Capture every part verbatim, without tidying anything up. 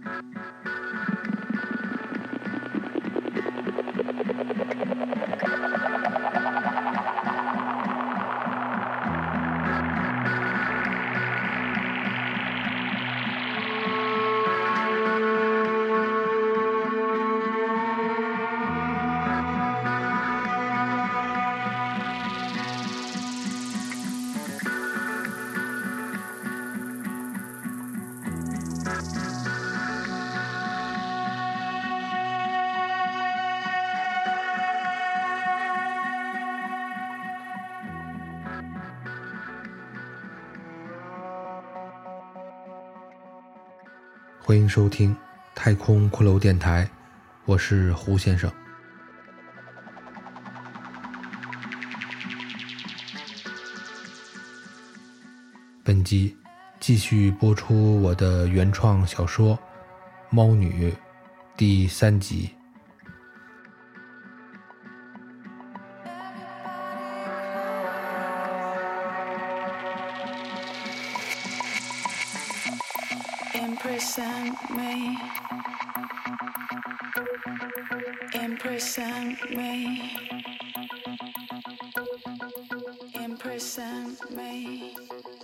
欢迎收听太空骷髅电台，我是胡先生。本集继续播出我的原创小说《猫女》第三集。 Imprison me, imprison me, imprison me,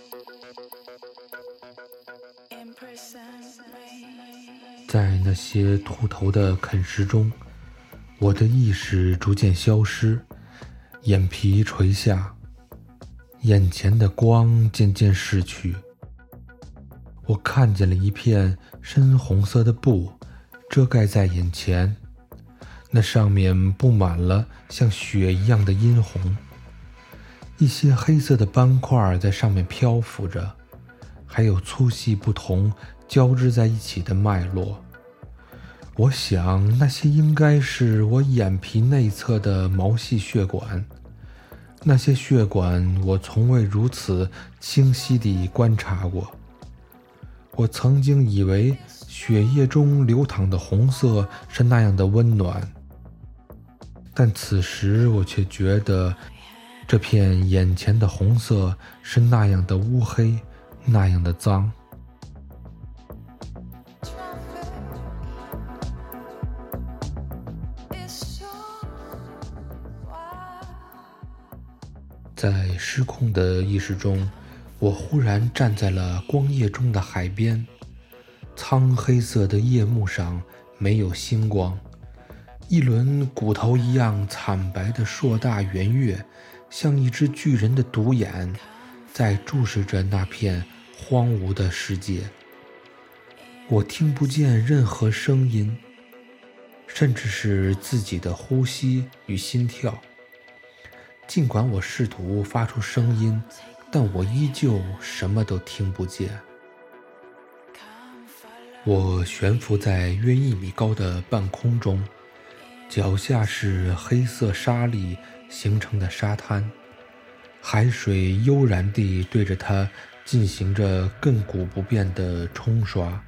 imprison me。 在那些秃头的啃食中，我的意识逐渐消失，眼皮垂下，眼前的光渐渐逝去。我看见了一片深红色的布遮盖在眼前，那上面布满了像血一样的殷红，一些黑色的斑块在上面漂浮着，还有粗细不同交织在一起的脉络。我想那些应该是我眼皮内侧的毛细血管，那些血管我从未如此清晰地观察过。我曾经以为血液中流淌的红色是那样的温暖，但此时我却觉得这片眼前的红色是那样的乌黑，那样的脏。在失控的意识中，我忽然站在了光夜中的海边，苍黑色的夜幕上没有星光，一轮骨头一样惨白的硕大圆月像一只巨人的独眼，在注视着那片荒芜的世界。我听不见任何声音，甚至是自己的呼吸与心跳。尽管我试图发出声音，但我依旧什么都听不见。我悬浮在约一米高的半空中，脚下是黑色沙粒形成的沙滩，海水悠然地对着它进行着亘古不变的冲刷。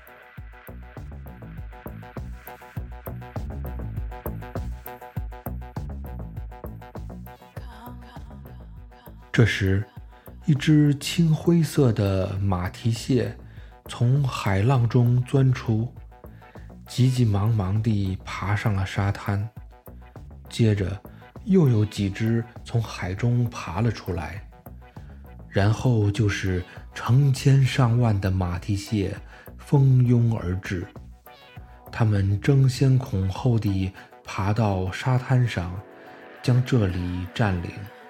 这时，一只青灰色的马蹄蟹从海浪中钻出，急急忙忙地爬上了沙滩。接着又有几只从海中爬了出来，然后就是成千上万的马蹄蟹蜂拥而至。它们争先恐后地爬到沙滩上，将这里占领。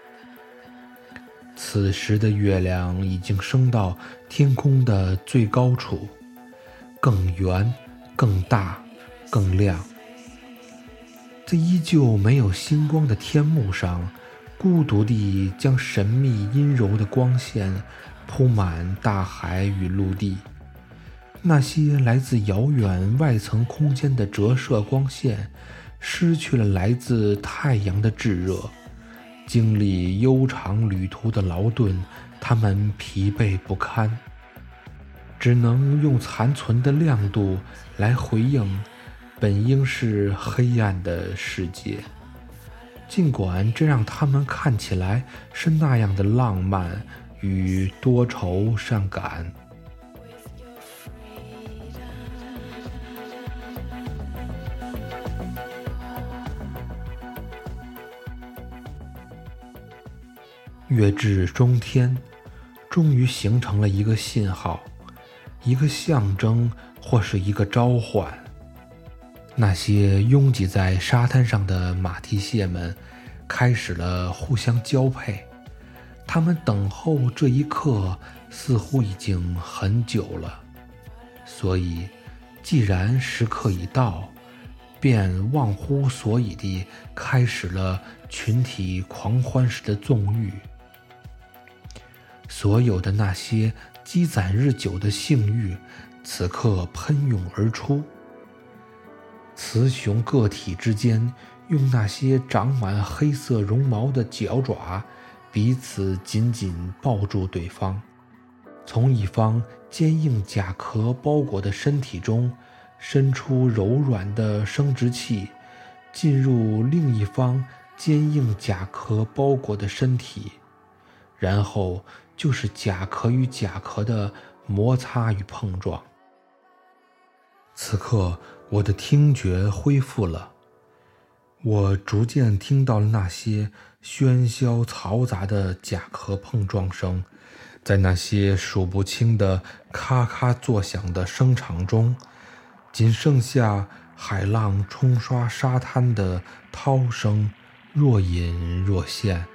此时的月亮已经升到天空的最高处，更圆、更大、更亮。在依旧没有星光的天幕上，孤独地将神秘阴柔的光线铺满大海与陆地。那些来自遥远外层空间的折射光线失去了来自太阳的炙热，经历悠长旅途的劳顿，他们疲惫不堪，只能用残存的亮度来回应本应是黑暗的世界。尽管这让他们看起来是那样的浪漫与多愁善感。 跃至中天，终于形成了一个信号，一个象征，或是一个召唤。那些拥挤在沙滩上的马蹄蟹们开始了互相交配，他们等候这一刻似乎已经很久了，所以既然时刻已到，便忘乎所以地开始了群体狂欢时的纵欲。所有的那些积攒日久的性欲此刻喷涌而出，雌雄个体之间用那些长满黑色绒毛的脚爪彼此紧紧抱住对方，从一方坚硬甲壳包裹的身体中伸出柔软的生殖器，进入另一方坚硬甲壳包裹的身体，然后就是甲壳与甲壳的摩擦与碰撞。此刻我的听觉恢复了，我逐渐听到了那些喧嚣嘈杂的甲壳碰撞声，在那些数不清的咔咔作响的声场中，仅剩下海浪冲刷沙滩的涛声，若隐若现。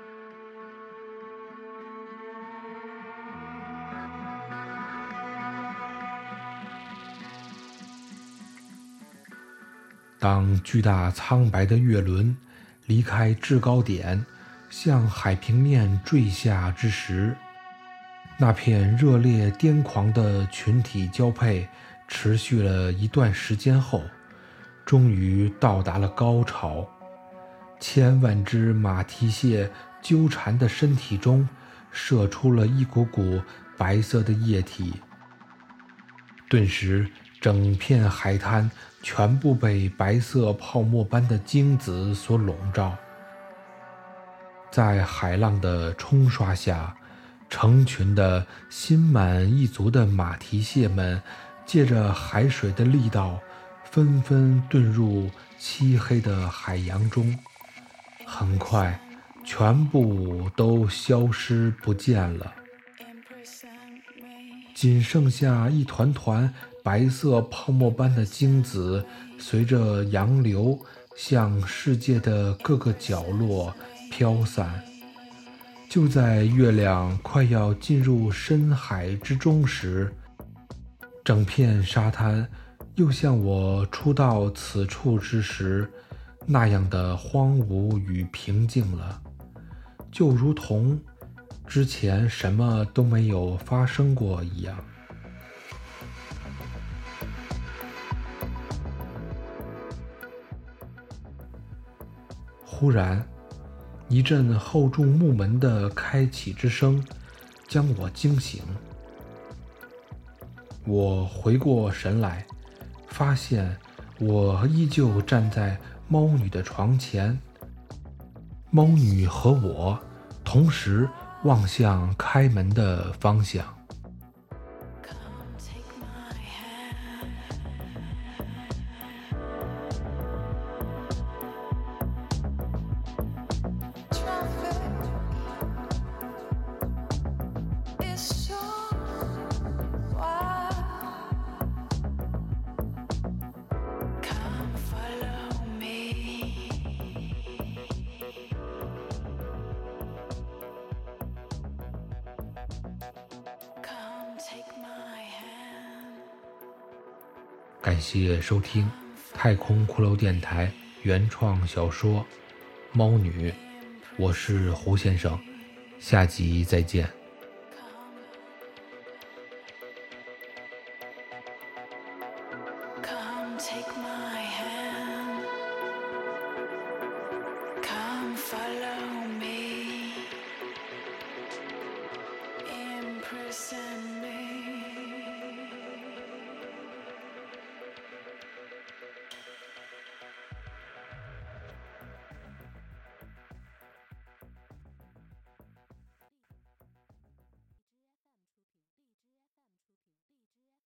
当巨大苍白的月轮离开制高点，向海平面坠下之时，那片热烈癫狂的群体交配持续了一段时间后，终于到达了高潮。千万只马蹄蟹纠缠的身体中射出了一股股白色的液体，顿时整片海滩全部被白色泡沫般的精子所笼罩。在海浪的冲刷下，成群的心满意足的马蹄蟹们借着海水的力道，纷纷遁入漆黑的海洋中，很快全部都消失不见了，仅剩下一团团白色泡沫般的精子随着洋流向世界的各个角落飘散。就在月亮快要进入深海之中时，整片沙滩又像我初到此处之时那样的荒芜与平静了，就如同之前什么都没有发生过一样。忽然，一阵厚重木门的开启之声将我惊醒。我回过神来，发现我依旧站在猫女的床前。猫女和我同时望向开门的方向。感谢收听太空骷髅电台原创小说《猫女》，我是胡先生，下集再见。 Come take my